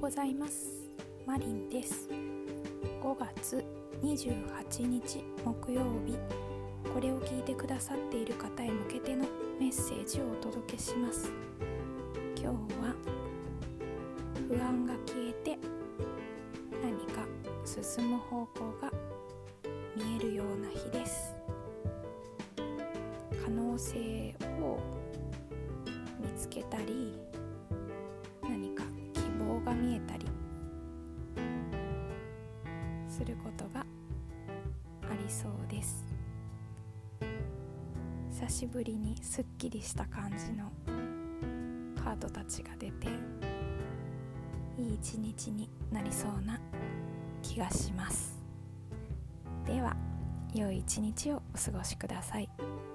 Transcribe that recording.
ございます。マリンです。5月28日木曜日、これを聞いてくださっている方へ向けてのメッセージをお届けします。今日は不安が消えて何か進む方向が見えるような日です。可能性を見つけたり、何か希望が見えたりすることがありそうです。久しぶりにすっきりした感じのカードたちが出て、いい一日になりそうな気がします。では、良い一日をお過ごしください。